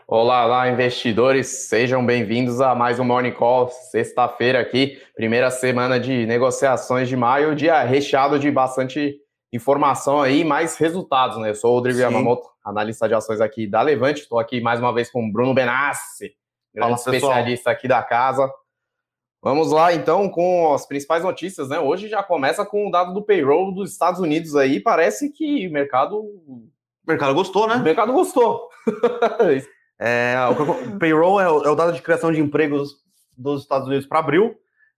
Olá, olá, investidores, sejam bem-vindos a mais um Morning Call, sexta-feira aqui, primeira semana de negociações de maio, dia recheado de bastante informação aí, mais resultados, né? Eu sou o Rodrigo Sim. Yamamoto, analista de ações aqui da Levante, estou aqui mais uma vez com o Bruno Benassi, grande Fala, pessoal. especialista aqui da casa. Vamos lá, então, com as principais notícias, né? Hoje já começa com o dado do payroll dos Estados Unidos aí, parece que O mercado gostou, o né? mercado gostou. O payroll é o dado de criação de empregos dos Estados Unidos para abril.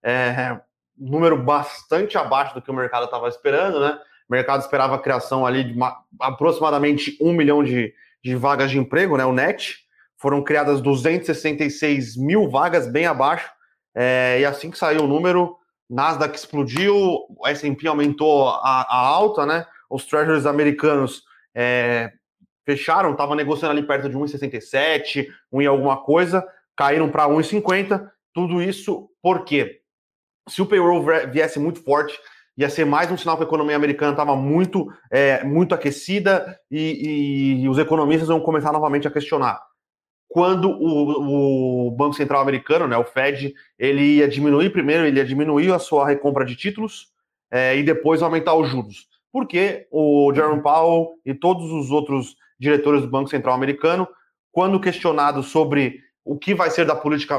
Um número bastante abaixo do que o mercado estava esperando, né? O mercado esperava a criação ali de aproximadamente 1 milhão de vagas de emprego, né? O net. Foram criadas 266 mil vagas, bem abaixo. E assim que saiu o número, Nasdaq explodiu, o S&P aumentou a alta, né? Os treasuries americanos fecharam, estavam negociando ali perto de 1,67, 1 e alguma coisa, caíram para 1,50. Tudo isso porque se o payroll viesse muito forte, ia ser mais um sinal que a economia americana estava muito aquecida e os economistas vão começar novamente a questionar. Quando o Banco Central americano, né, o Fed, ele ia diminuir a sua recompra de títulos e depois aumentar os juros. Porque o Jerome Powell e todos os outros diretores do Banco Central americano, quando questionados sobre o que vai ser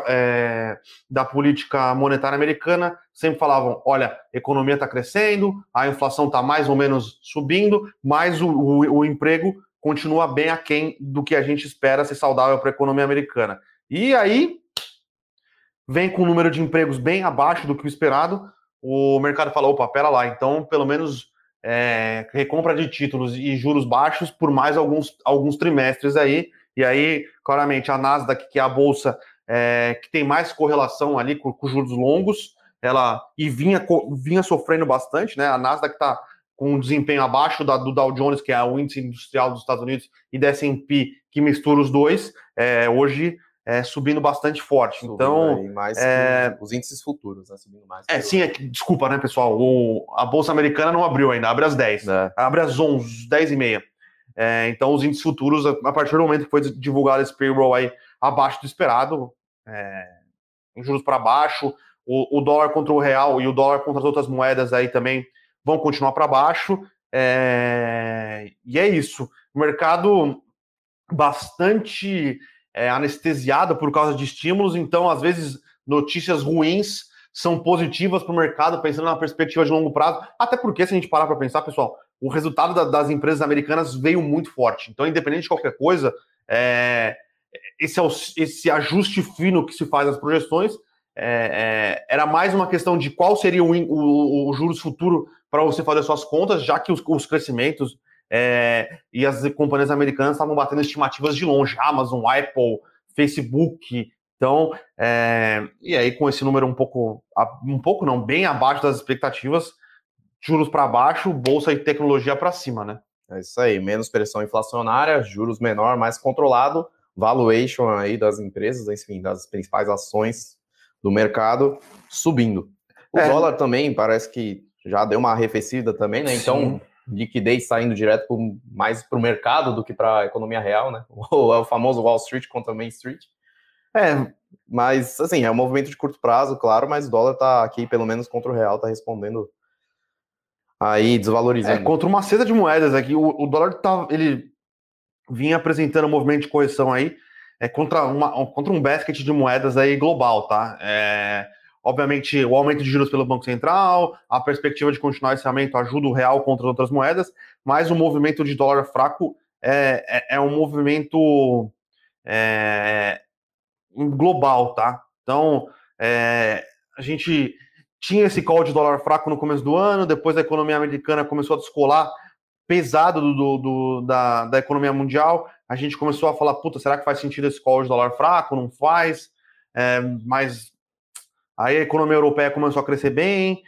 da política monetária americana, sempre falavam: olha, a economia está crescendo, a inflação está mais ou menos subindo, mas o emprego continua bem aquém do que a gente espera ser saudável para a economia americana. E aí vem com um número de empregos bem abaixo do que o esperado, o mercado fala: opa, pera lá, então pelo menos recompra de títulos e juros baixos por mais alguns trimestres aí. E aí, claramente, a Nasdaq, que é a bolsa que tem mais correlação ali com juros longos, ela vinha sofrendo bastante, né? A Nasdaq está com um desempenho abaixo do Dow Jones, que é o índice industrial dos Estados Unidos, e da S&P, que mistura os dois, hoje subindo bastante forte. Subindo Então, aí mais que os índices futuros, né? Subindo mais. sim, desculpa, né, pessoal? A Bolsa Americana não abriu ainda, abre às 10. É. Abre às 11, 10 e meia. Então, os índices futuros, a partir do momento que foi divulgado esse payroll aí abaixo do esperado, juros para baixo, o dólar contra o real e o dólar contra as outras moedas aí também vão continuar para baixo. E é isso. O mercado bastante anestesiado por causa de estímulos, então, às vezes, notícias ruins são positivas para o mercado, pensando na perspectiva de longo prazo. Até porque, se a gente parar para pensar, pessoal, o resultado das empresas americanas veio muito forte. Então, independente de qualquer coisa, esse ajuste fino que se faz às projeções era mais uma questão de qual seria o juros futuro para você fazer suas contas, já que os crescimentos e as companhias americanas estavam batendo estimativas de longe, Amazon, Apple, Facebook. Então, e aí com esse número bem abaixo das expectativas, juros para baixo, bolsa e tecnologia para cima, né? É isso aí, menos pressão inflacionária, juros menor, mais controlado, valuation aí das empresas, enfim, das principais ações do mercado subindo. O dólar também parece que já deu uma arrefecida também, né? Então, liquidez saindo direto mais para o mercado do que para a economia real, né? É o famoso Wall Street contra Main Street. Mas, assim, é um movimento de curto prazo, claro, mas o dólar tá aqui, pelo menos contra o real, tá respondendo aí, desvalorizando. Contra uma cesta de moedas aqui, o dólar ele vinha apresentando um movimento de correção aí, contra um basket de moedas aí global, tá? Obviamente, o aumento de juros pelo Banco Central, a perspectiva de continuar esse aumento ajuda o real contra outras moedas, mas o movimento de dólar fraco é um movimento global, tá? Então, a gente tinha esse call de dólar fraco no começo do ano, depois a economia americana começou a descolar pesado da economia mundial, a gente começou a falar: puta, será que faz sentido esse call de dólar fraco? Não faz, mas aí a economia europeia começou a crescer bem.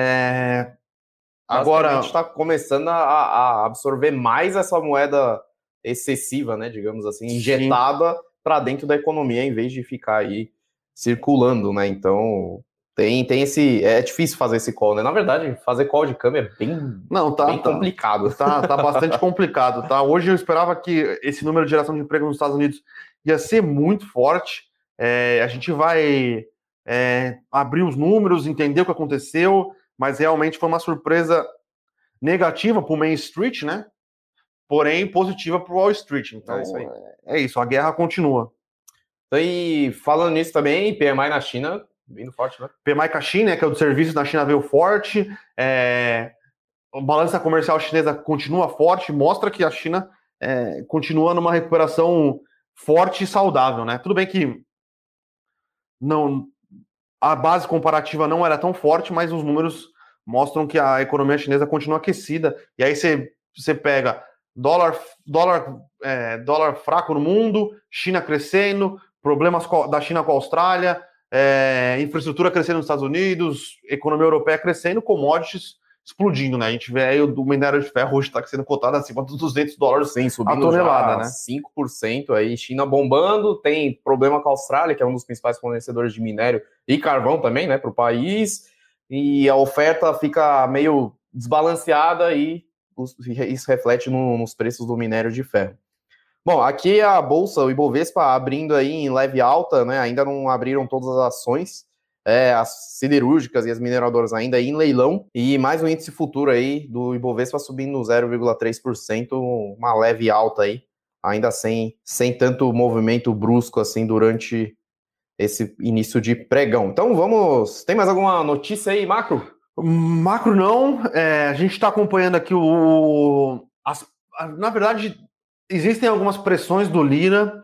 Agora a gente está começando a absorver mais essa moeda excessiva, né, digamos assim, injetada para dentro da economia, em vez de ficar aí circulando, né? Então tem esse. É difícil fazer esse call, né? Na verdade, fazer call de câmbio é bem complicado. Tá bastante complicado, tá? Hoje eu esperava que esse número de geração de emprego nos Estados Unidos ia ser muito forte. A gente vai abrir os números, entender o que aconteceu, mas realmente foi uma surpresa negativa para o Main Street, né? Porém, positiva para o Wall Street. Então, é isso, a guerra continua. E falando nisso também, PMI na China vindo forte, né? PMI com a China, que é o do serviço da China, veio forte. A balança comercial chinesa continua forte, mostra que a China continua numa recuperação forte e saudável, né? Tudo bem que a base comparativa não era tão forte, mas os números mostram que a economia chinesa continua aquecida. E aí você pega dólar fraco no mundo, China crescendo, problemas da China com a Austrália, infraestrutura crescendo nos Estados Unidos, economia europeia crescendo, commodities explodindo, né? A gente vê aí o minério de ferro hoje está sendo cotado acima dos $200 subindo a tonelada, né? 5% aí, China bombando, tem problema com a Austrália, que é um dos principais fornecedores de minério e carvão também, né, para o país, e a oferta fica meio desbalanceada e isso reflete nos preços do minério de ferro. Bom, aqui a Bolsa, o Ibovespa, abrindo aí em leve alta, né? Ainda não abriram todas as ações, as siderúrgicas e as mineradoras ainda em leilão, e mais um índice futuro aí do Ibovespa subindo 0,3%, uma leve alta aí, ainda sem tanto movimento brusco assim durante esse início de pregão. Então vamos, tem mais alguma notícia aí, macro? Macro não, a gente está acompanhando aqui na verdade, existem algumas pressões do Lira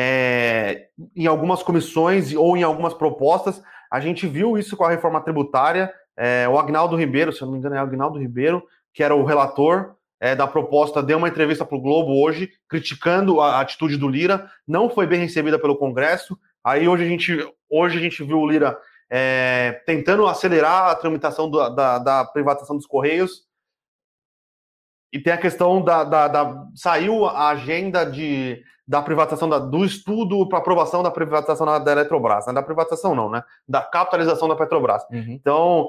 em algumas comissões ou em algumas propostas. A gente viu isso com a reforma tributária. O Agnaldo Ribeiro, se eu não me engano, é o Agnaldo Ribeiro, que era o relator da proposta, deu uma entrevista para o Globo hoje, criticando a atitude do Lira. Não foi bem recebida pelo Congresso. Aí hoje a gente viu o Lira tentando acelerar a tramitação da privatização dos Correios. E tem a questão saiu a agenda da privatização do estudo para aprovação da privatização da Eletrobras, né? Da privatização não, né? Da capitalização da Petrobras. Uhum. Então,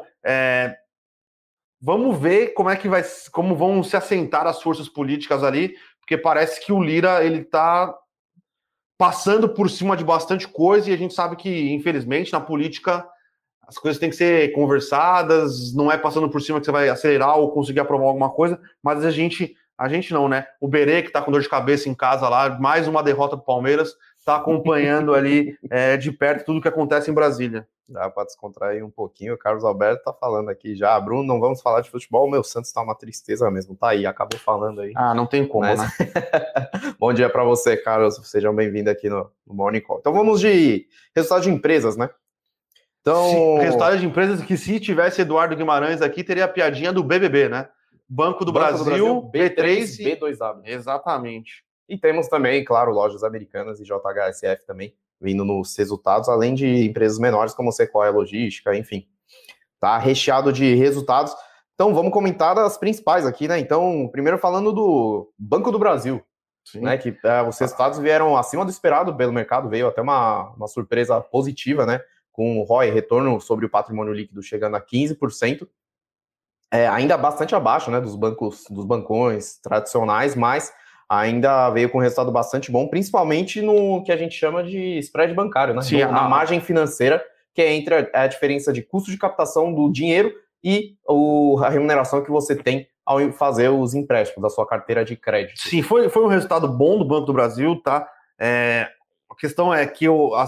vamos ver como vão se assentar as forças políticas ali, porque parece que o Lira ele está passando por cima de bastante coisa e a gente sabe que, infelizmente, na política as coisas têm que ser conversadas, não é passando por cima que você vai acelerar ou conseguir aprovar alguma coisa, mas a gente não, né? O Berê, que tá com dor de cabeça em casa lá, mais uma derrota do Palmeiras, tá acompanhando ali de perto tudo que acontece em Brasília. Dá para descontrair um pouquinho, o Carlos Alberto tá falando aqui já, Bruno, não vamos falar de futebol, o meu Santos tá uma tristeza mesmo, tá aí, acabou falando aí. Não tem como, né? Bom dia para você, Carlos, sejam bem-vindos aqui no Morning Call. Então vamos de resultado de empresas, né? Então, resultado de empresas que, se tivesse Eduardo Guimarães aqui, teria a piadinha do BBB, né? Banco do Brasil, B3 e B2W. Exatamente. E temos também, claro, lojas americanas e JHSF também vindo nos resultados, além de empresas menores como Sequoia Logística, enfim. Tá recheado de resultados. Então, vamos comentar das principais aqui, né? Então, primeiro falando do Banco do Brasil, né? Que os resultados vieram acima do esperado pelo mercado, veio até uma surpresa positiva, né? Com o ROI, retorno sobre o patrimônio líquido chegando a 15%, ainda bastante abaixo, né, dos bancões tradicionais, mas ainda veio com um resultado bastante bom, principalmente no que a gente chama de spread bancário, né? Sim, na margem financeira, que é entre a diferença de custo de captação do dinheiro e a remuneração que você tem ao fazer os empréstimos da sua carteira de crédito. Sim, foi um resultado bom do Banco do Brasil, tá? A questão é que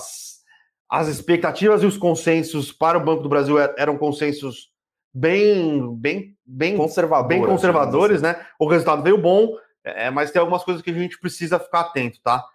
as expectativas e os consensos para o Banco do Brasil eram consensos bem conservadores, né? O resultado veio bom, mas tem algumas coisas que a gente precisa ficar atento, tá?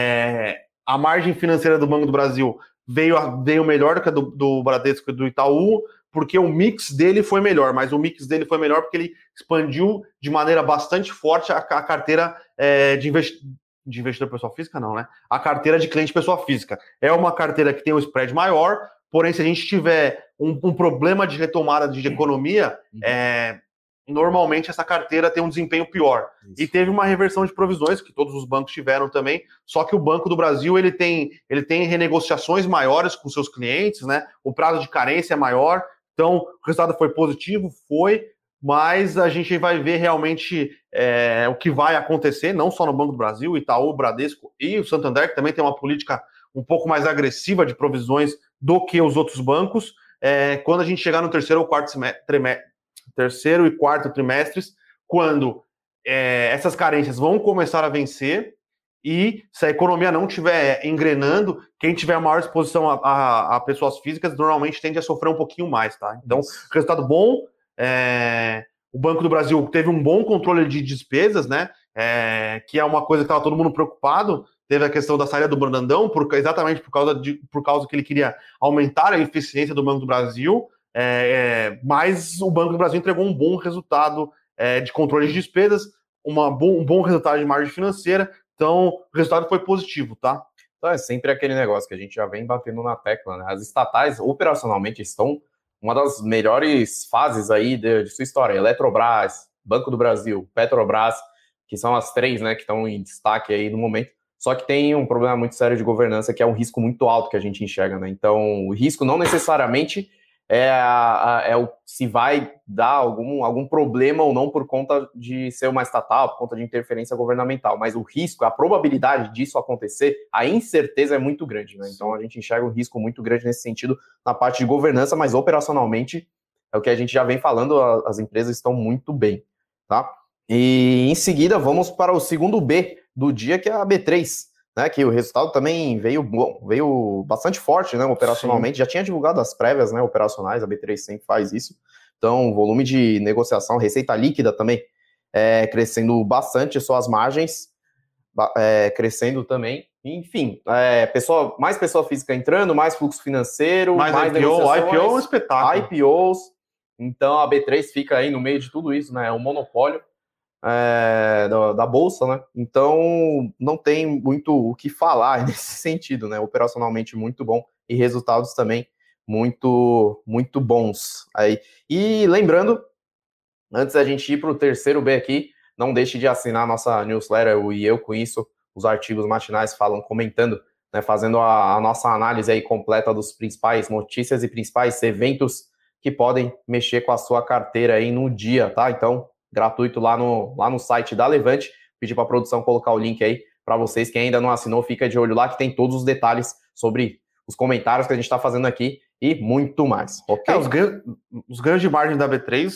A margem financeira do Banco do Brasil veio melhor do que a do Bradesco e do Itaú, porque o mix dele foi melhor, mas o mix dele foi melhor porque ele expandiu de maneira bastante forte a carteira de investidor pessoa física, não, né? A carteira de cliente pessoa física. É uma carteira que tem um spread maior, porém, se a gente tiver um problema de retomada de economia, normalmente essa carteira tem um desempenho pior. Isso. E teve uma reversão de provisões, que todos os bancos tiveram também, só que o Banco do Brasil ele tem renegociações maiores com seus clientes, né? O prazo de carência é maior, então o resultado foi positivo, mas a gente vai ver realmente o que vai acontecer, não só no Banco do Brasil, Itaú, Bradesco e o Santander, que também tem uma política um pouco mais agressiva de provisões do que os outros bancos. Quando a gente chegar no terceiro e quarto trimestres, quando essas carências vão começar a vencer, e se a economia não estiver engrenando, quem tiver maior exposição a pessoas físicas normalmente tende a sofrer um pouquinho mais, tá? Então, resultado bom. O Banco do Brasil teve um bom controle de despesas, né? Que é uma coisa que estava todo mundo preocupado. Teve a questão da saída do Brandão, exatamente por causa que ele queria aumentar a eficiência do Banco do Brasil. Mas o Banco do Brasil entregou um bom resultado de controle de despesas, um bom resultado de margem financeira. Então, o resultado foi positivo, tá? Então é sempre aquele negócio que a gente já vem batendo na tecla, né? As estatais, operacionalmente, estão uma das melhores fases aí de sua história. Eletrobras, Banco do Brasil, Petrobras, que são as três, né, que estão em destaque aí no momento. Só que tem um problema muito sério de governança, que é um risco muito alto que a gente enxerga, né? Então, o risco não necessariamente se vai dar algum problema ou não por conta de ser uma estatal, por conta de interferência governamental, mas o risco, a probabilidade disso acontecer, a incerteza é muito grande, né? Então a gente enxerga um risco muito grande nesse sentido na parte de governança, mas operacionalmente é o que a gente já vem falando, as empresas estão muito bem, tá? E em seguida vamos para o segundo B do dia, que é a B3, né, que o resultado também veio bastante forte, né, operacionalmente. Sim. Já tinha divulgado as prévias, né, operacionais, a B3 sempre faz isso. Então, volume de negociação, receita líquida também crescendo bastante, suas margens crescendo também. Enfim, mais pessoa física entrando, mais fluxo financeiro, mais negociações. IPO é um espetáculo. IPOs. Então, a B3 fica aí no meio de tudo isso, né, é um monopólio da Bolsa, né? Então não tem muito o que falar nesse sentido, né? Operacionalmente muito bom e resultados também muito, muito bons. Aí. E lembrando, antes da gente ir para o terceiro B aqui, não deixe de assinar a nossa newsletter, e eu com isso, os artigos matinais comentando, né, fazendo a nossa análise aí completa dos principais notícias e principais eventos que podem mexer com a sua carteira aí no dia, tá? Então, gratuito lá no site da Levante. Pedir para a produção colocar o link aí para vocês. Quem ainda não assinou, fica de olho lá que tem todos os detalhes sobre os comentários que a gente está fazendo aqui e muito mais, ok? Os ganhos de margem da B3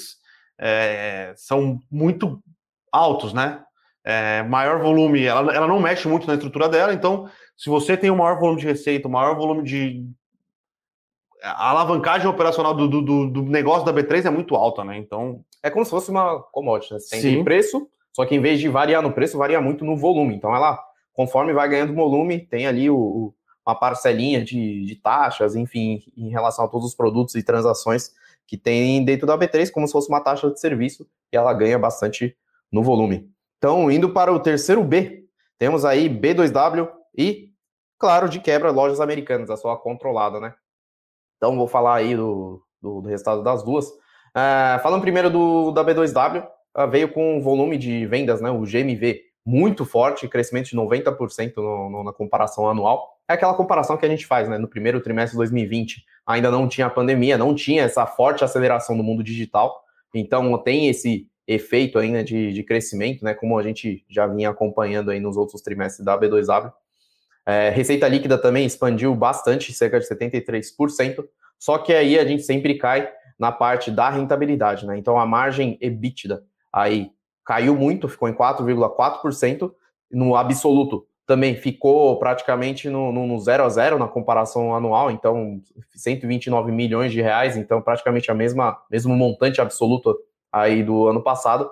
são muito altos, né? Maior volume, ela não mexe muito na estrutura dela, então se você tem o maior volume de receita, o maior volume de... A alavancagem operacional do negócio da B3 é muito alta, né? Então... É como se fosse uma commodity, né? Você tem preço, só que em vez de variar no preço, varia muito no volume. Então, ela, conforme vai ganhando volume, tem ali uma parcelinha de taxas, enfim, em relação a todos os produtos e transações que tem dentro da B3, como se fosse uma taxa de serviço, e ela ganha bastante no volume. Então, indo para o terceiro B, temos aí B2W e, claro, de quebra, Lojas Americanas, a sua controlada, né? Então, vou falar aí do resultado das duas. Falando primeiro da B2W, veio com um volume de vendas, né, o GMV, muito forte, crescimento de 90% na comparação anual. É aquela comparação que a gente faz, né, no primeiro trimestre de 2020. Ainda não tinha pandemia, não tinha essa forte aceleração do mundo digital. Então, tem esse efeito ainda de crescimento, né, como a gente já vinha acompanhando aí nos outros trimestres da B2W. Receita líquida também expandiu bastante, cerca de 73%. Só que aí a gente sempre cai na parte da rentabilidade, né? Então a margem EBITDA aí caiu muito, ficou em 4,4%, no absoluto também ficou praticamente no 0 a 0 na comparação anual, então 129 milhões de reais, então praticamente mesmo montante absoluto aí do ano passado.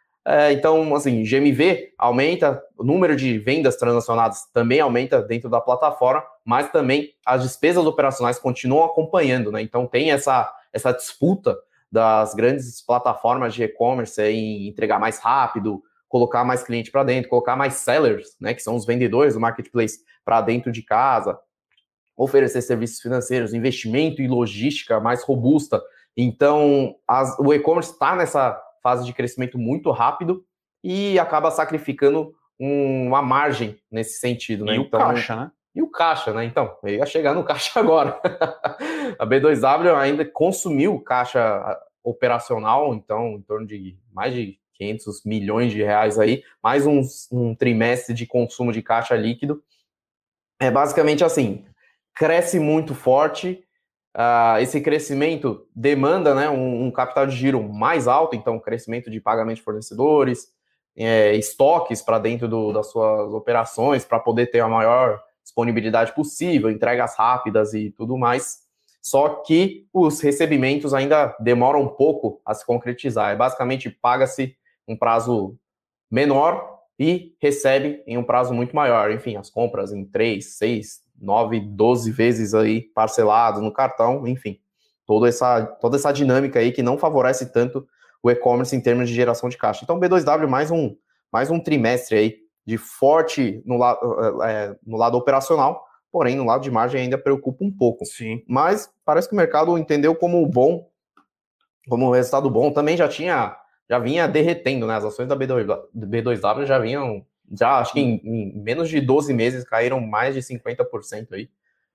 Então, assim, GMV aumenta, o número de vendas transacionadas também aumenta dentro da plataforma, mas também as despesas operacionais continuam acompanhando, né? Então tem essa disputa das grandes plataformas de e-commerce em entregar mais rápido, colocar mais cliente para dentro, colocar mais sellers, né, que são os vendedores do marketplace, para dentro de casa, oferecer serviços financeiros, investimento e logística mais robusta. Então, o e-commerce está nessa fase de crescimento muito rápido e acaba sacrificando uma margem nesse sentido, né? E o caixa, né? E o caixa, né? Então, eu ia chegar no caixa agora. A B2W ainda consumiu caixa operacional, então em torno de mais de 500 milhões de reais aí, mais um trimestre de consumo de caixa líquido. É basicamente assim, cresce muito forte, esse crescimento demanda, né, um capital de giro mais alto, então crescimento de pagamento de fornecedores, estoques para dentro das suas operações, para poder ter a maior disponibilidade possível, entregas rápidas e tudo mais. Só que os recebimentos ainda demoram um pouco a se concretizar. Basicamente, paga-se um prazo menor e recebe em um prazo muito maior. Enfim, as compras em 3, 6, 9, 12 vezes aí parcelados no cartão, enfim. Toda essa dinâmica aí que não favorece tanto o e-commerce em termos de geração de caixa. Então, B2W mais um trimestre aí de forte no lado operacional, porém, no lado de margem ainda preocupa um pouco. Sim. Mas parece que o mercado entendeu como um resultado bom. Também já vinha derretendo, né? As ações da B2W já acho que em menos de 12 meses caíram mais de 50% aí.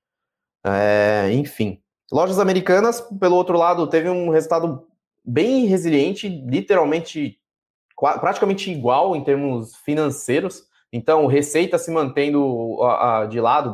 Enfim. Lojas Americanas, pelo outro lado, teve um resultado bem resiliente, literalmente praticamente igual em termos financeiros. Então, receita se mantendo de lado,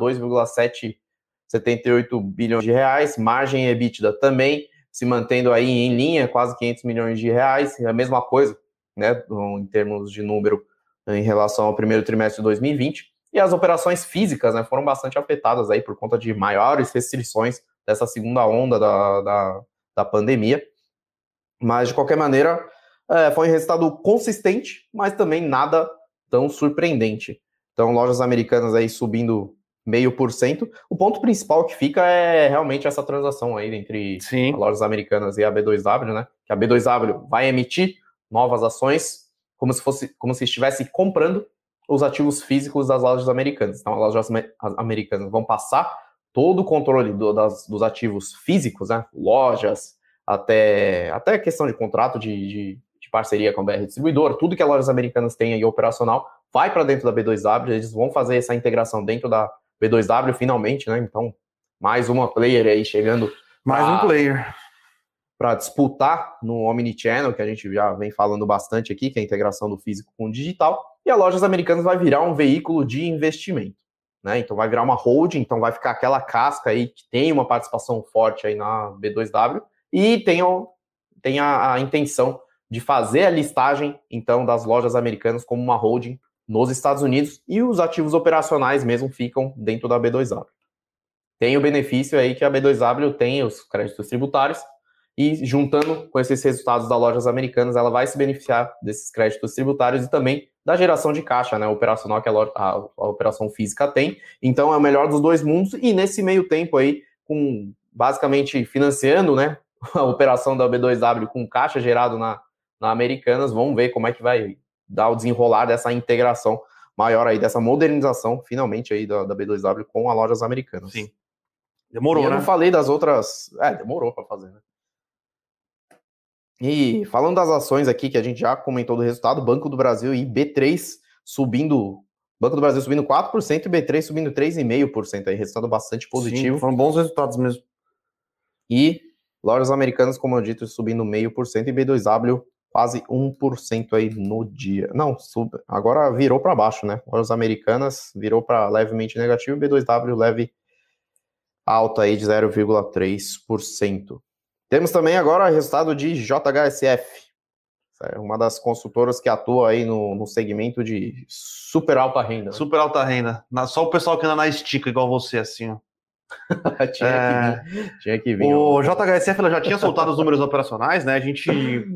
2,778 bilhões de reais, margem EBITDA também se mantendo aí em linha, quase 500 milhões de reais, é a mesma coisa, né, em termos de número em relação ao primeiro trimestre de 2020. E as operações físicas, né, foram bastante afetadas aí por conta de maiores restrições dessa segunda onda da pandemia. Mas, de qualquer maneira, foi um resultado consistente, mas também nada tão surpreendente. Então, Lojas Americanas aí subindo 0,5%. O ponto principal que fica é realmente essa transação aí entre a Lojas Americanas e a B2W, né? Que a B2W vai emitir novas ações como se estivesse comprando os ativos físicos das Lojas Americanas. Então, as Lojas Americanas vão passar todo o controle dos ativos físicos, né? Lojas, até questão de contrato de parceria com a BR Distribuidora, tudo que as Lojas Americanas têm aí operacional vai para dentro da B2W, eles vão fazer essa integração dentro da B2W finalmente, né? Então, mais uma player aí chegando. Mais um player. Para disputar no Omnichannel, que a gente já vem falando bastante aqui, que é a integração do físico com o digital. E a Lojas Americanas vai virar um veículo de investimento, né? Então vai virar uma holding, então vai ficar aquela casca aí que tem uma participação forte aí na B2W e tem a intenção de fazer a listagem, então, das Lojas Americanas como uma holding nos Estados Unidos, e os ativos operacionais mesmo ficam dentro da B2W. Tem o benefício aí que a B2W tem os créditos tributários, e juntando com esses resultados das Lojas Americanas, ela vai se beneficiar desses créditos tributários e também da geração de caixa, né, operacional que a operação física tem. Então é o melhor dos dois mundos, e nesse meio tempo aí, com basicamente financiando, né, a operação da B2W com caixa gerado na Americanas, vamos ver como é que vai dar o desenrolar dessa integração maior aí, dessa modernização, finalmente, aí da B2W com as Lojas Americanas. Sim. Demorou, né? Eu não falei das outras... demorou para fazer, né? E falando das ações aqui, que a gente já comentou do resultado, Banco do Brasil e B3 subindo... Banco do Brasil subindo 4% e B3 subindo 3,5%, aí, resultado bastante positivo. Sim, foram bons resultados mesmo. E Lojas Americanas, como eu disse, subindo 0,5% e B2W quase 1% aí no dia. Não, agora virou para baixo, né? Lojas Americanas virou para levemente negativo e B2W leve alta aí de 0,3%. Temos também agora o resultado de JHSF, uma das consultoras que atua aí no segmento de super alta renda. Super alta renda. Só o pessoal que anda na estica, igual você, assim, ó. Tinha que vir. O JHSF ela já tinha soltado os números operacionais, né? A gente...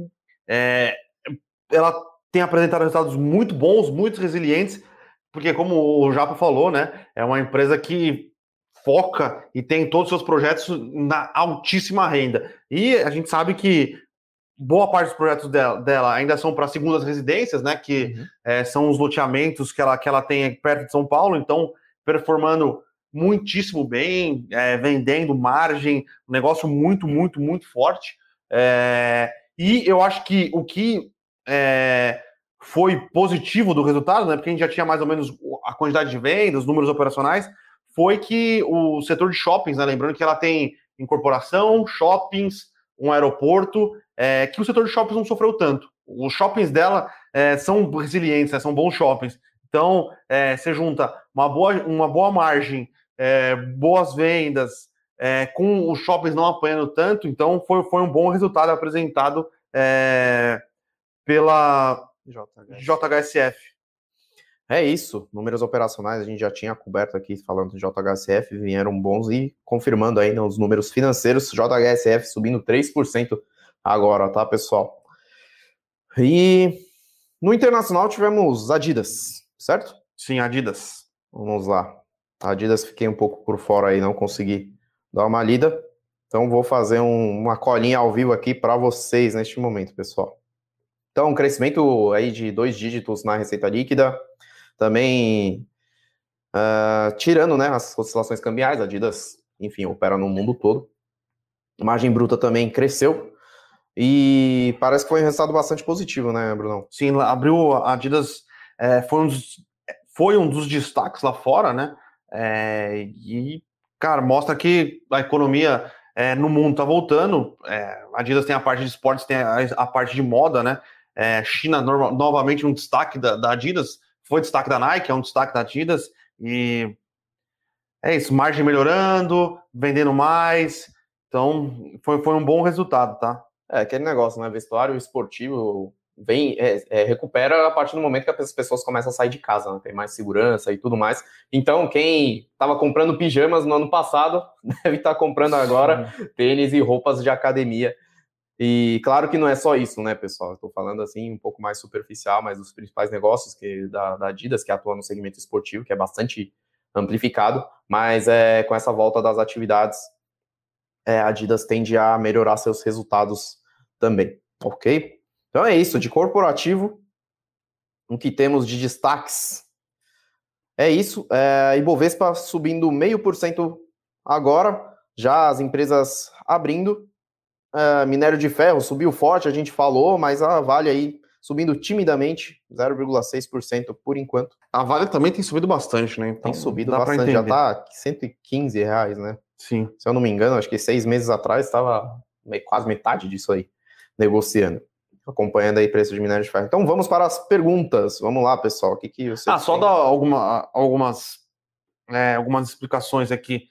ela tem apresentado resultados muito bons, muito resilientes, porque como o Japa falou, né? É uma empresa que foca e tem todos os seus projetos na altíssima renda. E a gente sabe que boa parte dos projetos dela ainda são para segundas residências, né? Que são os loteamentos que ela tem perto de São Paulo, então performando muitíssimo bem, vendendo margem, um negócio muito, muito, muito forte. E eu acho que o que foi positivo do resultado, né? Porque a gente já tinha mais ou menos a quantidade de vendas, os números operacionais, foi que o setor de shoppings, né? Lembrando que ela tem incorporação, shoppings, um aeroporto, que o setor de shoppings não sofreu tanto. Os shoppings dela são resilientes, né, são bons shoppings. Então, você junta uma boa margem, boas vendas, com os shoppings não apanhando tanto, então foi um bom resultado apresentado pela JHSF. É isso, números operacionais a gente já tinha coberto aqui falando de JHSF, vieram bons e confirmando ainda os números financeiros, JHSF subindo 3% agora, tá, pessoal? E no internacional tivemos Adidas, certo? Sim, Adidas. Vamos lá. Adidas fiquei um pouco por fora aí, não consegui dar uma lida, então vou fazer uma colinha ao vivo aqui para vocês neste momento, pessoal. Então, um crescimento aí de 2 dígitos na receita líquida, também tirando, né, as oscilações cambiais, a Adidas, enfim, opera no mundo todo. A margem bruta também cresceu e parece que foi um resultado bastante positivo, né, Brunão? Sim, abriu a Adidas, foi um dos destaques lá fora, né? E, cara, mostra que a economia no mundo tá voltando. A Adidas tem a parte de esportes, tem a parte de moda, né? China, novamente, um destaque da Adidas. Foi destaque da Nike, é um destaque da Adidas. E é isso, margem melhorando, vendendo mais. Então, foi um bom resultado, tá? Aquele negócio, né? Vestuário esportivo recupera a partir do momento que as pessoas começam a sair de casa, né? Tem mais segurança e tudo mais. Então, quem estava comprando pijamas no ano passado deve estar comprando agora tênis e roupas de academia. E claro que não é só isso, né, pessoal? Estou falando assim um pouco mais superficial, mas dos principais negócios da Adidas, que atua no segmento esportivo, que é bastante amplificado, mas com essa volta das atividades, a Adidas tende a melhorar seus resultados também, ok? Então é isso, de corporativo, o que temos de destaques é isso, Ibovespa subindo 0,5% agora, já as empresas abrindo, minério de ferro subiu forte, a gente falou, mas a Vale aí subindo timidamente, 0,6% por enquanto. A Vale também tem subido bastante, né? Então, tem subido bastante, já tá R$115, né? Sim. Se eu não me engano, acho que 6 meses atrás estava quase metade disso aí, negociando. Acompanhando aí preço de minério de ferro. Então vamos para as perguntas. Vamos lá, pessoal. O que você só dar algumas explicações aqui.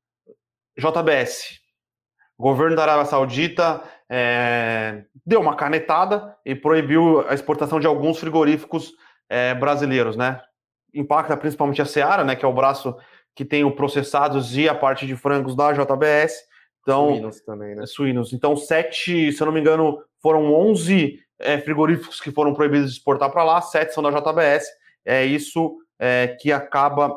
JBS. O governo da Arábia Saudita deu uma canetada e proibiu a exportação de alguns frigoríficos brasileiros, né? Impacta principalmente a Seara, né? Que é o braço que tem o processados e a parte de frangos da JBS. Então, suínos também, né? Suínos. Então, 7, se eu não me engano, foram 11 frigoríficos que foram proibidos de exportar para lá, 7 são da JBS. É isso que acaba...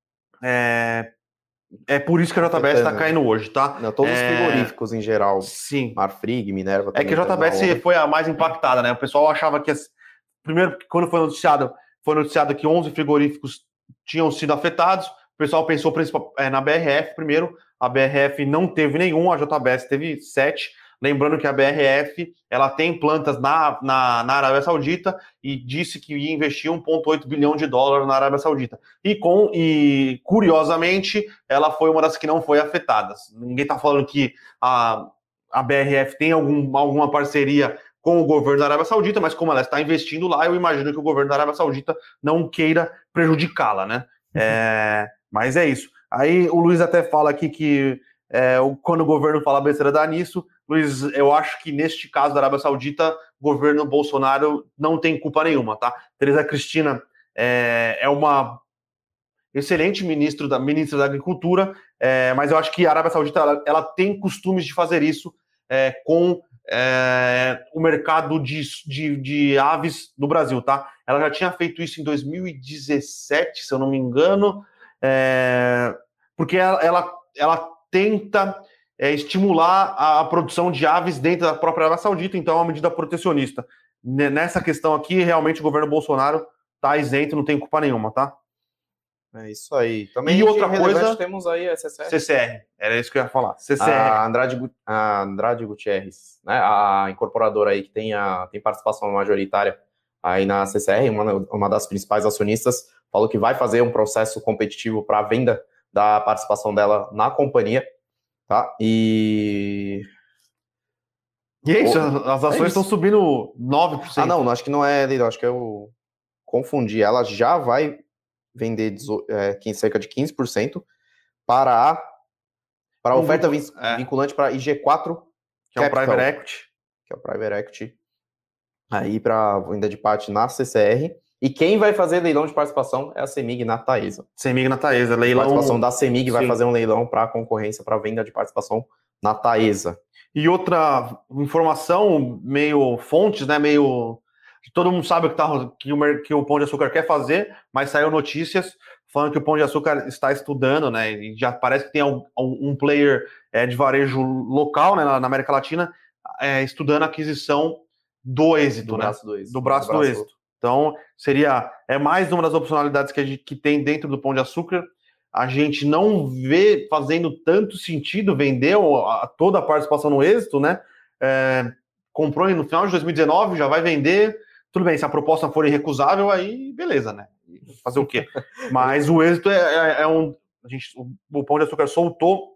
É por isso que a JBS está caindo hoje, tá? Não, todos os frigoríficos em geral. Sim. Marfrig, Minerva também. É que a JBS foi a mais impactada, né? O pessoal achava que... Primeiro, quando foi noticiado que 11 frigoríficos tinham sido afetados, o pessoal pensou na BRF primeiro. A BRF não teve nenhum, a JBS teve 7. Lembrando que a BRF ela tem plantas na Arábia Saudita e disse que ia investir 1,8 bilhão de dólares na Arábia Saudita. E curiosamente, ela foi uma das que não foi afetadas. Ninguém está falando que a BRF tem alguma parceria com o governo da Arábia Saudita, mas como ela está investindo lá, eu imagino que o governo da Arábia Saudita não queira prejudicá-la, né? Mas é isso. Aí o Luiz até fala aqui que quando o governo fala besteira dá nisso. Luiz, eu acho que neste caso da Arábia Saudita, o governo Bolsonaro não tem culpa nenhuma, tá? Tereza Cristina é uma excelente ministra da Agricultura, mas eu acho que a Arábia Saudita ela tem costumes de fazer isso com o mercado de aves no Brasil, tá? Ela já tinha feito isso em 2017, se eu não me engano, porque ela tenta estimular a produção de aves dentro da própria Arábia Saudita, então é uma medida protecionista. Nessa questão aqui, realmente o governo Bolsonaro tá isento, não tem culpa nenhuma, tá? É isso aí. Também e outra coisa, temos aí a CCR. CCR, era isso que eu ia falar. CCR. A Andrade Gutierrez, né? A incorporadora aí que tem participação majoritária aí na CCR, uma das principais acionistas, falou que vai fazer um processo competitivo para a venda da participação dela na companhia, tá? E Que isso? As ações estão subindo 9%. Ah, não, acho que não é leilão, acho que eu confundi. Ela já vai vender cerca de 15% para a oferta vinculante para IG4 que é o Private Equity. Que é o Private Equity. Aí para venda de parte na CCR. E quem vai fazer leilão de participação é a CEMIG na Taesa. CEMIG na Taesa, leilão. A participação da CEMIG vai fazer um leilão para a concorrência para venda de participação na Taesa. E outra informação, meio fontes, né? Meio. Todo mundo sabe que o Pão de Açúcar quer fazer, mas saiu notícias falando que o Pão de Açúcar está estudando, né? E já parece que tem um player de varejo local, né, na América Latina, estudando a aquisição do Êxito, né? Do braço do Êxito. Então, é mais uma das opcionalidades que tem dentro do Pão de Açúcar. A gente não vê fazendo tanto sentido vender toda a participação no Êxito, né? Comprou no final de 2019, já vai vender. Tudo bem, se a proposta for irrecusável, aí beleza, né? Fazer o quê? Mas o Êxito o Pão de Açúcar soltou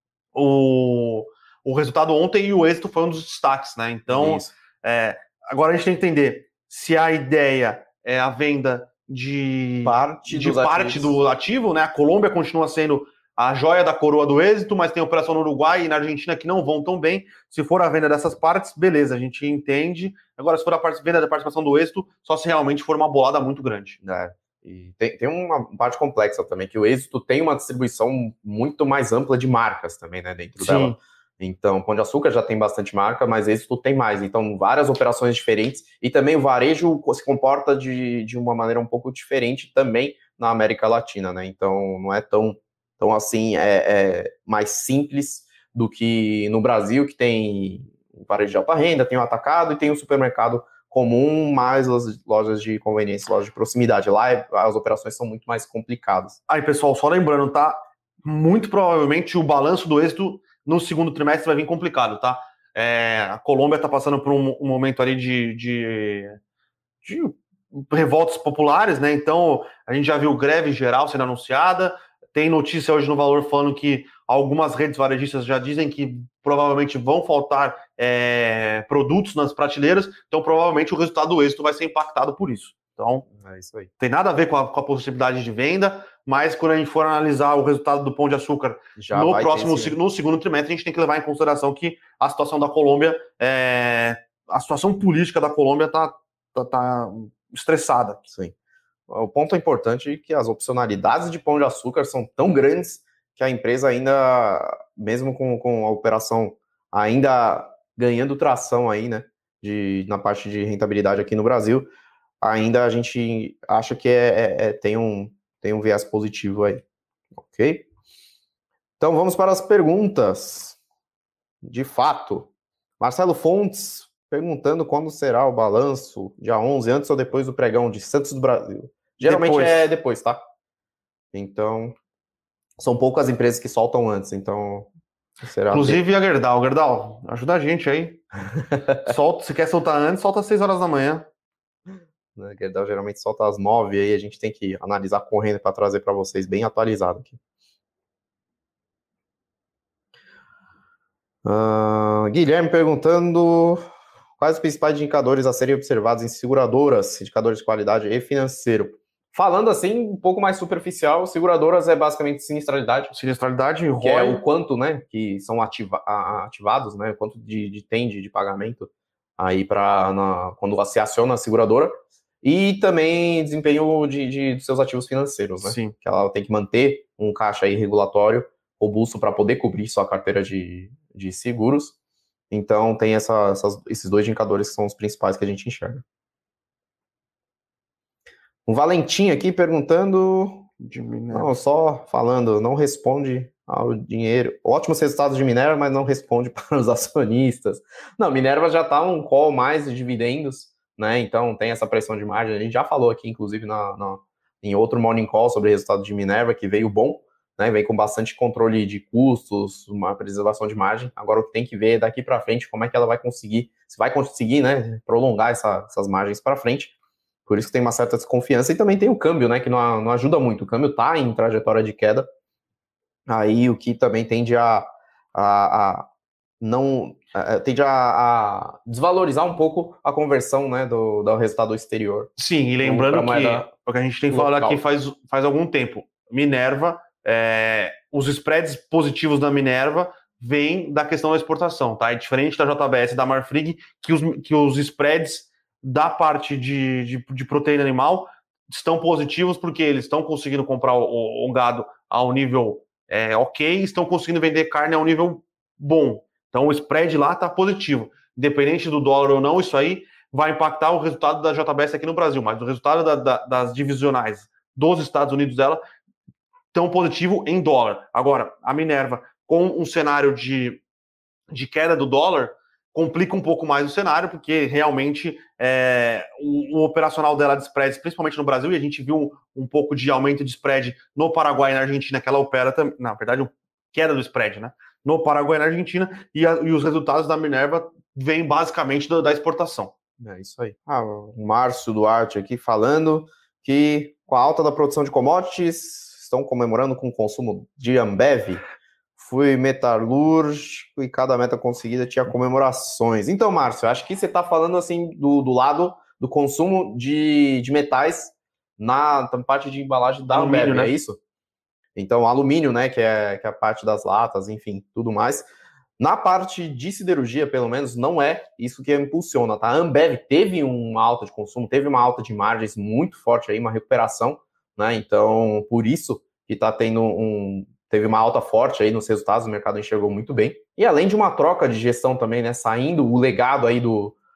o resultado ontem e o Êxito foi um dos destaques, né? Então, agora a gente tem que entender se a ideia é a venda de parte do ativo, né? A Colômbia continua sendo a joia da coroa do Êxito, mas tem operação no Uruguai e na Argentina que não vão tão bem. Se for a venda dessas partes, beleza, a gente entende. Agora, se for a venda da participação do Êxito, só se realmente for uma bolada muito grande. E tem uma parte complexa também, que o Êxito tem uma distribuição muito mais ampla de marcas também, né, dentro dela. Então, Pão de Açúcar já tem bastante marca, mas Êxito tem mais. Então, várias operações diferentes. E também o varejo se comporta de uma maneira um pouco diferente também na América Latina, né? Então, não é tão assim, mais simples do que no Brasil, que tem o varejo de alta renda, tem o atacado e tem o supermercado comum, mais as lojas de conveniência, lojas de proximidade. Lá as operações são muito mais complicadas. Aí, pessoal, só lembrando, tá? Muito provavelmente o balanço do Êxito no segundo trimestre vai vir complicado, tá? A Colômbia está passando por um momento ali de revoltas populares, né? Então, a gente já viu greve geral sendo anunciada. Tem notícia hoje no Valor falando que algumas redes varejistas já dizem que provavelmente vão faltar produtos nas prateleiras. Então, provavelmente o resultado do Êxito vai ser impactado por isso. Então, é isso aí. Tem nada a ver com a possibilidade de venda, mas quando a gente for analisar o resultado do Pão de Açúcar no segundo trimestre, a gente tem que levar em consideração que a situação da Colômbia, a situação política da Colômbia tá estressada. Sim. O ponto importante é que as opcionalidades de Pão de Açúcar são tão grandes que a empresa ainda, mesmo com a operação ainda ganhando tração aí, né, na parte de rentabilidade aqui no Brasil, ainda a gente acha que tem um viés positivo aí, ok? Então vamos para as perguntas. De fato, Marcelo Fontes perguntando quando será o balanço, dia 11, antes ou depois do pregão de Santos do Brasil. Geralmente é depois, tá? Então, são poucas empresas que soltam antes, então... Inclusive a Gerdau. Gerdau, ajuda a gente aí. Se quer soltar antes, solta às 6 horas da manhã. A Gerdau geralmente solta às 9, aí a gente tem que analisar correndo para trazer para vocês bem atualizado aqui. Guilherme perguntando quais os principais indicadores a serem observados em seguradoras, indicadores de qualidade e financeiro. Falando assim, um pouco mais superficial, seguradoras é basicamente sinistralidade. Sinistralidade, que é o quanto, né, que são ativados, né, o quanto de pagamento aí quando se aciona a seguradora. E também desempenho de seus ativos financeiros, né? Sim. Que ela tem que manter um caixa aí regulatório robusto para poder cobrir sua carteira de seguros. Então, tem esses dois indicadores que são os principais que a gente enxerga. O Valentim aqui perguntando... Não, só falando, não responde ao dinheiro. Ótimos resultados de Minerva, mas não responde para os acionistas. Não, Minerva já está um call mais de dividendos, né? Então tem essa pressão de margem. A gente já falou aqui, inclusive, em outro morning call sobre o resultado de Minerva, que veio bom, né? Vem com bastante controle de custos, uma preservação de margem. Agora o que tem que ver daqui para frente, como é que ela vai conseguir, se vai conseguir, né, prolongar essas margens para frente. Por isso que tem uma certa desconfiança. E também tem o câmbio, né, que não ajuda muito. O câmbio está em trajetória de queda. Aí o que também tende a não tende a desvalorizar um pouco a conversão, né, do resultado exterior. Sim, e lembrando que o que a gente tem falado aqui faz algum tempo, Minerva, os spreads positivos da Minerva vêm da questão da exportação, tá? É diferente da JBS e da Marfrig, que os spreads da parte de proteína animal estão positivos porque eles estão conseguindo comprar o gado a um nível ok, estão conseguindo vender carne a um nível bom. Então o spread lá está positivo. Independente do dólar ou não, isso aí vai impactar o resultado da JBS aqui no Brasil, mas o resultado das divisionais dos Estados Unidos dela tão positivo em dólar. Agora, a Minerva, com um cenário de queda do dólar, complica um pouco mais o cenário, porque realmente o operacional dela de spreads, principalmente no Brasil, e a gente viu um pouco de aumento de spread no Paraguai e na Argentina, que ela opera também, na verdade, queda do spread, né? No Paraguai e na Argentina, e os resultados da Minerva vêm basicamente da exportação. É isso aí. O Márcio Duarte aqui falando que com a alta da produção de commodities, estão comemorando com o consumo de Ambev. Fui metalúrgico e cada meta conseguida tinha comemorações. Então, Márcio, acho que você está falando assim do lado do consumo de metais na parte de embalagem da alumínio, Ambev, né? É isso? Então, alumínio, né, que é a parte das latas, enfim, tudo mais. Na parte de siderurgia, pelo menos, não é isso que impulsiona, tá? A Ambev teve uma alta de consumo, teve uma alta de margens muito forte aí, uma recuperação, né? Então, por isso que tá tendo teve uma alta forte aí nos resultados, o mercado enxergou muito bem. E além de uma troca de gestão também, né? Saindo o legado aí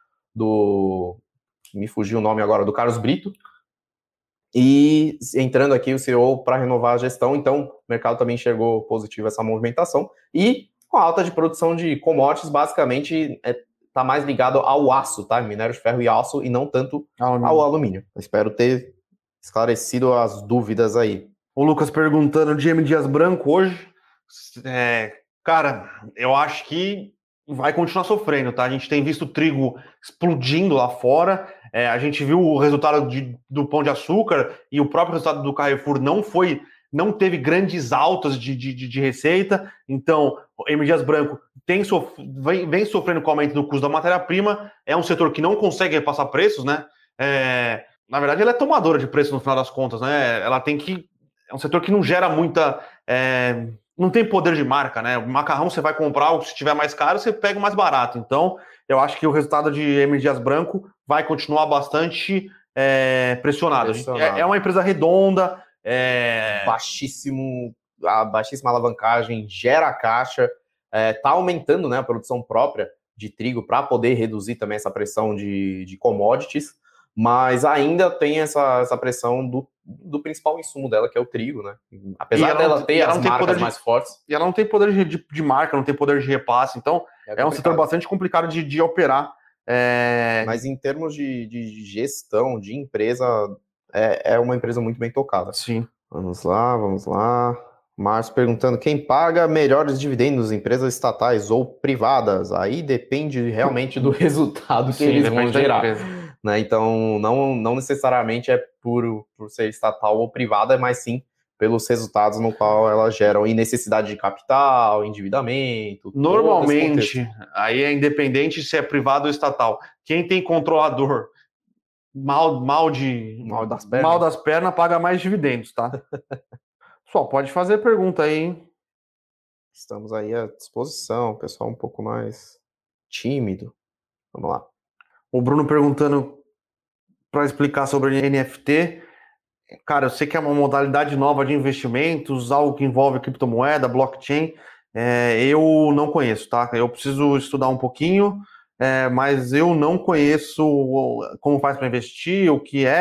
me fugiu o nome agora, do Carlos Brito, e entrando aqui o CEO para renovar a gestão, então o mercado também enxergou positivo essa movimentação, e com a alta de produção de commodities, basicamente está mais ligado ao aço, tá? Minério de ferro e aço, e não tanto ao alumínio. Espero ter esclarecido as dúvidas aí. O Lucas perguntando de M. Dias Branco hoje. Cara, eu acho que vai continuar sofrendo, tá? A gente tem visto o trigo explodindo lá fora. A gente viu o resultado do Pão de Açúcar e o próprio resultado do Carrefour não teve grandes altas de receita. Então, o M. Dias Branco vem sofrendo com o aumento do custo da matéria-prima. É um setor que não consegue repassar preços, né? Na verdade, ela é tomadora de preço no final das contas, né? Ela tem que... É um setor que não gera muita... não tem poder de marca, né? O macarrão você vai comprar, se tiver mais caro, você pega o mais barato. Então, eu acho que o resultado de M. Dias Branco vai continuar bastante pressionado. É uma empresa redonda, a baixíssima alavancagem, gera caixa, tá aumentando, né, a produção própria de trigo para poder reduzir também essa pressão de commodities, mas ainda tem essa pressão do principal insumo dela, que é o trigo, né? Apesar dela ter as marcas mais fortes. E ela não tem poder de marca, não tem poder de repasse, então é um setor bastante complicado de operar. Mas em termos de gestão, de empresa, é uma empresa muito bem tocada. Sim. Vamos lá. Márcio perguntando, quem paga melhores dividendos, empresas estatais ou privadas? Aí depende realmente do resultado que eles vão gerar. Né? Então, não necessariamente é por ser estatal ou privada, mas sim pelos resultados no qual elas geram, e necessidade de capital, endividamento. Normalmente, aí é independente se é privado ou estatal. Quem tem controlador mal das pernas paga mais dividendos, tá? Só pode fazer pergunta aí, hein? Estamos aí à disposição, pessoal um pouco mais tímido. Vamos lá. O Bruno perguntando para explicar sobre NFT. Cara, eu sei que é uma modalidade nova de investimentos, algo que envolve criptomoeda, blockchain. Eu não conheço, tá? Eu preciso estudar um pouquinho, mas eu não conheço como faz para investir, o que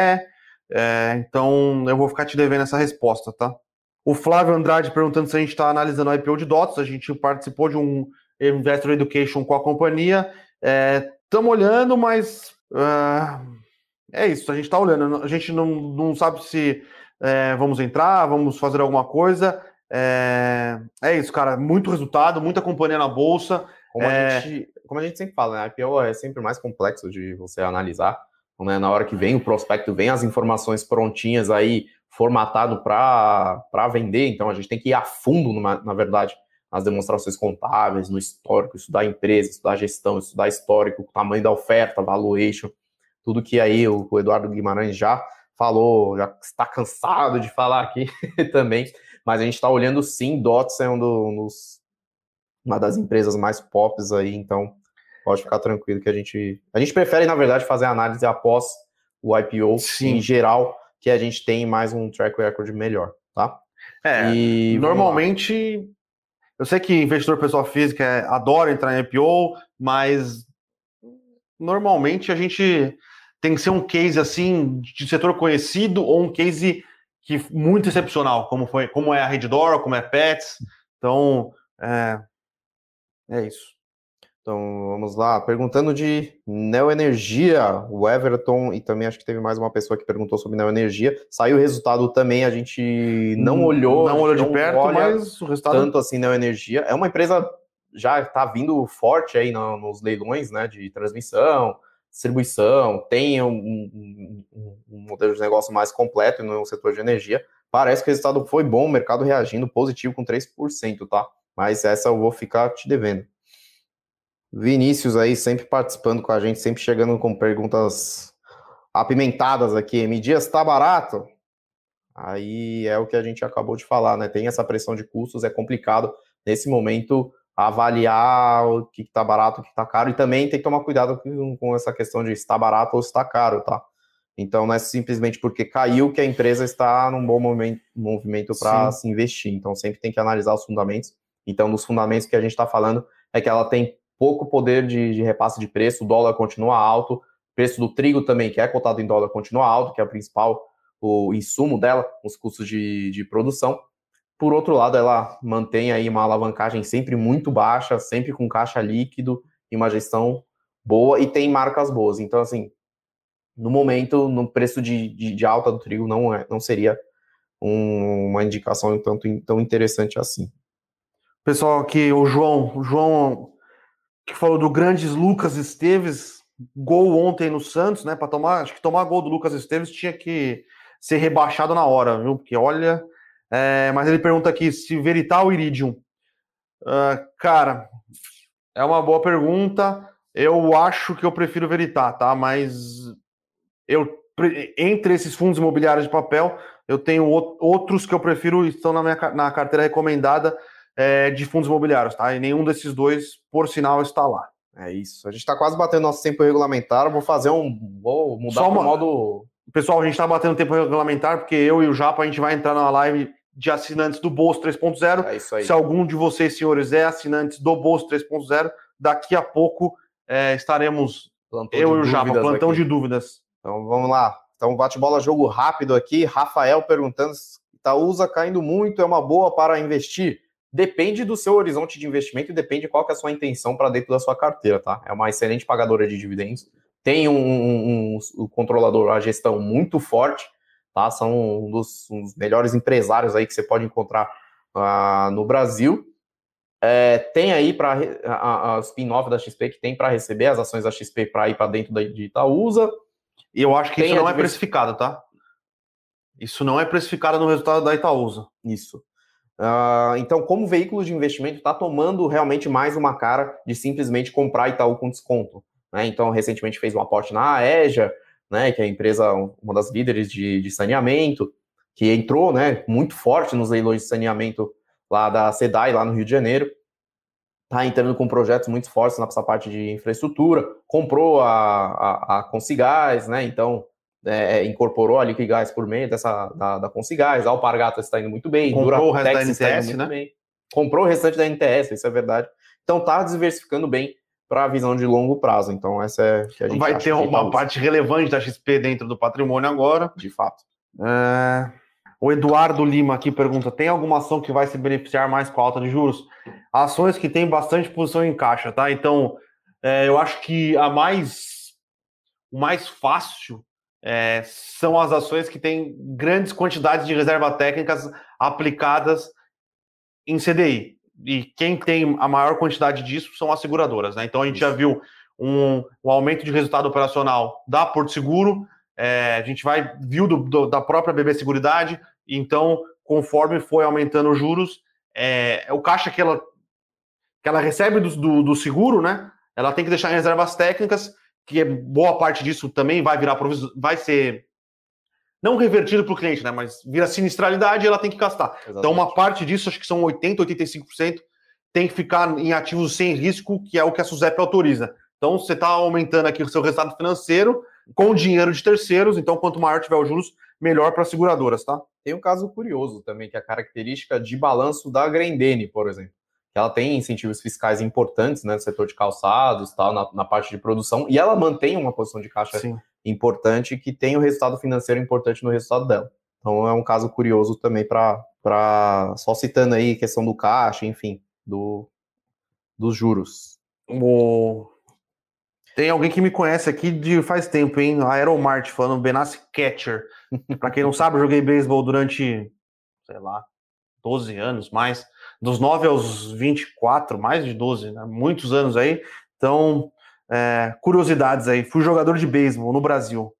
então eu vou ficar te devendo essa resposta, tá? O Flávio Andrade perguntando se a gente está analisando o IPO de DOTS. A gente participou de um Investor Education com a companhia. Estamos olhando, mas é isso, a gente está olhando. A gente não sabe se vamos entrar, vamos fazer alguma coisa. É isso, cara. Muito resultado, muita companhia na bolsa. Como a gente sempre fala, né? A IPO é sempre mais complexo de você analisar. Né? Na hora que vem o prospecto, vem as informações prontinhas aí, formatado para vender. Então a gente tem que ir a fundo, na verdade, nas demonstrações contábeis, no histórico, estudar a empresa, estudar a gestão, estudar histórico, o tamanho da oferta, valuation, tudo que aí o Eduardo Guimarães já falou, já está cansado de falar aqui também, mas a gente está olhando sim, Dots é uma das empresas mais pops aí, então pode ficar tranquilo que a gente prefere, na verdade, fazer a análise após o IPO em geral, que a gente tem mais um track record melhor, tá? E normalmente, eu sei que investidor pessoa física adora entrar em IPO, mas normalmente a gente tem que ser um case assim de setor conhecido ou um case que muito excepcional, como é a Redditor, como é Pets. Então, é isso. Então, vamos lá. Perguntando de Neoenergia, o Everton, e também acho que teve mais uma pessoa que perguntou sobre Neoenergia. Saiu o resultado também, a gente não olhou. Não olhou de perto, mas o resultado... Tanto assim, Neoenergia. É uma empresa já está vindo forte aí nos leilões, né, de transmissão, distribuição, tem um modelo de negócio mais completo no setor de energia. Parece que o resultado foi bom, o mercado reagindo positivo com 3%, tá? Mas essa eu vou ficar te devendo. Vinícius aí, sempre participando com a gente, sempre chegando com perguntas apimentadas aqui. M Dias tá barato? Aí é o que a gente acabou de falar, né? Tem essa pressão de custos, é complicado nesse momento avaliar o que tá barato, o que tá caro, e também tem que tomar cuidado com essa questão de está barato ou está caro, tá? Então não é simplesmente porque caiu que a empresa está num bom movimento para se investir. Então sempre tem que analisar os fundamentos. Então, dos fundamentos que a gente está falando é que ela tem pouco poder de repasse de preço, o dólar continua alto, o preço do trigo também, que é cotado em dólar, continua alto, que é o principal o insumo dela, os custos de produção. Por outro lado, ela mantém aí uma alavancagem sempre muito baixa, sempre com caixa líquido e uma gestão boa, e tem marcas boas. Então, assim, no momento, no preço de alta do trigo, não seria uma indicação tão interessante assim. Pessoal, aqui o João que falou do grandes Lucas Esteves, gol ontem no Santos, né? Acho que tomar gol do Lucas Esteves tinha que ser rebaixado na hora, viu? Porque olha. Mas ele pergunta aqui se Veritá ou Iridium. Cara, é uma boa pergunta. Eu acho que eu prefiro Veritá, tá? Mas entre esses fundos imobiliários de papel, eu tenho outros que eu prefiro, estão na carteira recomendada de fundos imobiliários, tá? E nenhum desses dois, por sinal, está lá. É isso. A gente está quase batendo nosso tempo regulamentar. Vou mudar para o modo... Pessoal, a gente está batendo tempo regulamentar porque eu e o Japa, a gente vai entrar na live de assinantes do Bolso 3.0. É isso aí. Se algum de vocês, senhores, é assinantes do Bolso 3.0, daqui a pouco estaremos, eu e o Japa, plantão de dúvidas. Então vamos lá. Então bate-bola, jogo rápido aqui. Rafael perguntando se Itaúsa caindo muito é uma boa para investir? Depende do seu horizonte de investimento e depende qual que é a sua intenção para dentro da sua carteira, tá? É uma excelente pagadora de dividendos. Tem um controlador, a gestão muito forte, tá? São um dos melhores empresários aí que você pode encontrar no Brasil. Tem aí para a spin-off da XP que tem para receber as ações da XP para ir para dentro de Itaúsa. E eu acho que isso não é precificado, tá? Isso não é precificado no resultado da Itaúsa. Isso. Então, como veículo de investimento, está tomando realmente mais uma cara de simplesmente comprar Itaú com desconto. Né? Então, recentemente fez um aporte na Aeja, né, que é a empresa, uma das líderes de saneamento, que entrou, né, muito forte nos leilões de saneamento lá da SEDAI, lá no Rio de Janeiro. Está entrando com projetos muito fortes nessa parte de infraestrutura. Comprou a Consigás, né? Então, incorporou a Liquigás por meio da Consigás. A Alpargatas está indo muito bem. Comprou o resto da NTS, né? Bem. Comprou o restante da NTS, isso é verdade. Então, está diversificando bem para a visão de longo prazo. Então, essa é que a gente vai ter uma parte relevante da XP dentro do patrimônio agora. De fato. O Eduardo Lima aqui pergunta: tem alguma ação que vai se beneficiar mais com a alta de juros? Ações que têm bastante posição em caixa, tá? Então, eu acho que o mais fácil são as ações que têm grandes quantidades de reserva técnicas aplicadas em CDI. E quem tem a maior quantidade disso são as seguradoras, né? Então, a gente já viu um aumento de resultado operacional da Porto Seguro. A gente viu da própria BB Seguridade. Então, conforme foi aumentando os juros, o caixa que ela que ela recebe do seguro, né? Ela tem que deixar em reservas técnicas, que boa parte disso também vai ser não revertido para o cliente, né? Mas vira sinistralidade e ela tem que gastar. Exatamente. Então, uma parte disso, acho que são 80%, 85%, tem que ficar em ativos sem risco, que é o que a SUSEP autoriza. Então, você está aumentando aqui o seu resultado financeiro com dinheiro de terceiros. Então, quanto maior tiver os juros, melhor para as seguradoras, tá? Tem um caso curioso também, que é a característica de balanço da Grendene, por exemplo. Ela tem incentivos fiscais importantes, né, no setor de calçados, tal, na parte de produção, e ela mantém uma posição de caixa importante que tem o resultado financeiro importante no resultado dela. Então é um caso curioso também para só citando aí questão do caixa, enfim, dos juros. Tem alguém que me conhece aqui de faz tempo, hein? A Aeromart falando Benassi Catcher. Para quem não sabe, eu joguei beisebol durante, sei lá, 12 anos, mais. Dos 9 aos 24, mais de 12, né? Muitos anos aí. Então, curiosidades aí. Fui jogador de beisebol no Brasil.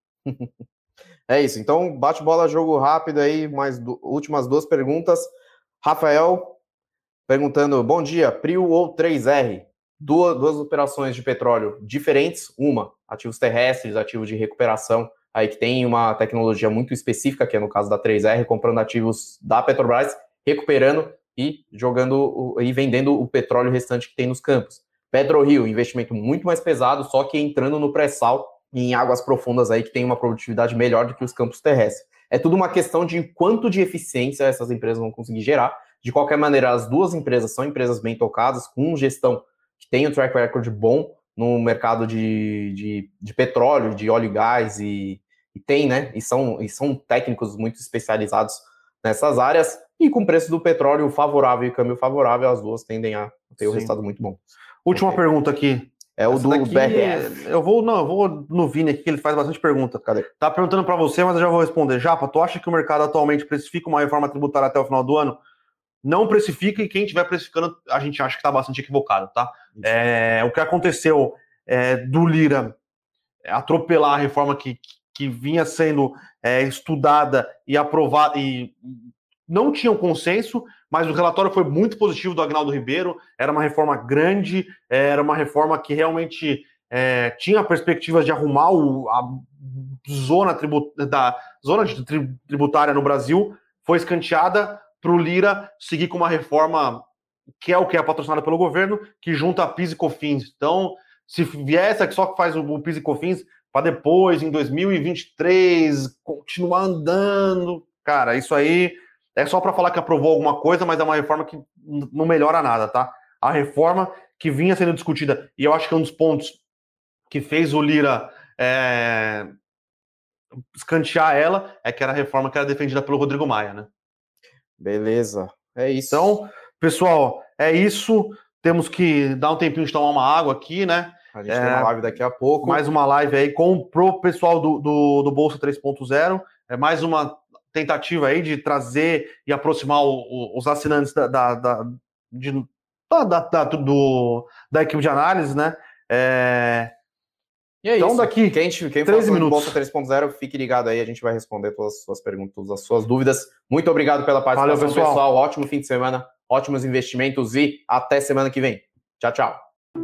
É isso. Então, bate-bola, jogo rápido aí. Últimas 2 perguntas. Rafael perguntando, bom dia, PRIO ou 3R? Duas operações de petróleo diferentes. Uma, ativos terrestres, ativos de recuperação, aí que tem uma tecnologia muito específica, que é no caso da 3R, comprando ativos da Petrobras, recuperando e jogando e vendendo o petróleo restante que tem nos campos. PetroRio, investimento muito mais pesado, só que entrando no pré-sal em águas profundas aí que tem uma produtividade melhor do que os campos terrestres. É tudo uma questão de quanto de eficiência essas empresas vão conseguir gerar. De qualquer maneira, as duas empresas são empresas bem tocadas, com gestão que tem um track record bom no mercado de petróleo, de óleo e gás, e tem, né? E são técnicos muito especializados nessas áreas, e com o preço do petróleo favorável e câmbio favorável, as duas tendem a ter um resultado muito bom. Última pergunta aqui. É o do BRF. Eu vou no Vini aqui, que ele faz bastante pergunta. Cadê? Tá perguntando para você, mas eu já vou responder. Japa, tu acha que o mercado atualmente precifica uma reforma tributária até o final do ano? Não precifica, e quem estiver precificando, a gente acha que está bastante equivocado, tá? O que aconteceu do Lira atropelar a reforma que vinha sendo estudada e aprovada, e não tinha um consenso, mas o relatório foi muito positivo do Agnaldo Ribeiro. Era uma reforma grande, era uma reforma que realmente tinha perspectivas de arrumar a zona tributária no Brasil. Foi escanteada para o Lira seguir com uma reforma que é patrocinada pelo governo, que junta PIS e COFINS. Então, se vier essa que só faz o PIS e COFINS, para depois, em 2023, continuar andando, cara, isso aí é só para falar que aprovou alguma coisa, mas é uma reforma que não melhora nada, tá? A reforma que vinha sendo discutida, e eu acho que é um dos pontos que fez o Lira escantear ela, é que era a reforma que era defendida pelo Rodrigo Maia, né? Beleza, é isso. Então, pessoal, é isso. Temos que dar um tempinho de tomar uma água aqui, né? A gente tem uma live daqui a pouco. Mais uma live aí pro pessoal do Bolsa 3.0. É mais uma tentativa aí de trazer e aproximar os assinantes da equipe de análise, né? E é então, isso. daqui quem 13 minutos. Bolsa 3.0, fique ligado aí, a gente vai responder todas as suas perguntas, todas as suas dúvidas. Muito obrigado pela participação, Valeu, pessoal. Ótimo fim de semana, ótimos investimentos e até semana que vem. Tchau, tchau.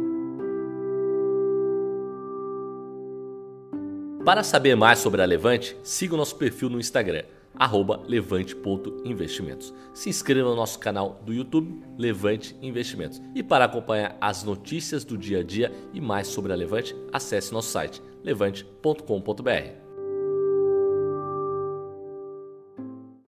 Para saber mais sobre a Levante, siga o nosso perfil no Instagram, @levante.investimentos. Se inscreva no nosso canal do YouTube, Levante Investimentos. E para acompanhar as notícias do dia a dia e mais sobre a Levante, acesse nosso site, levante.com.br.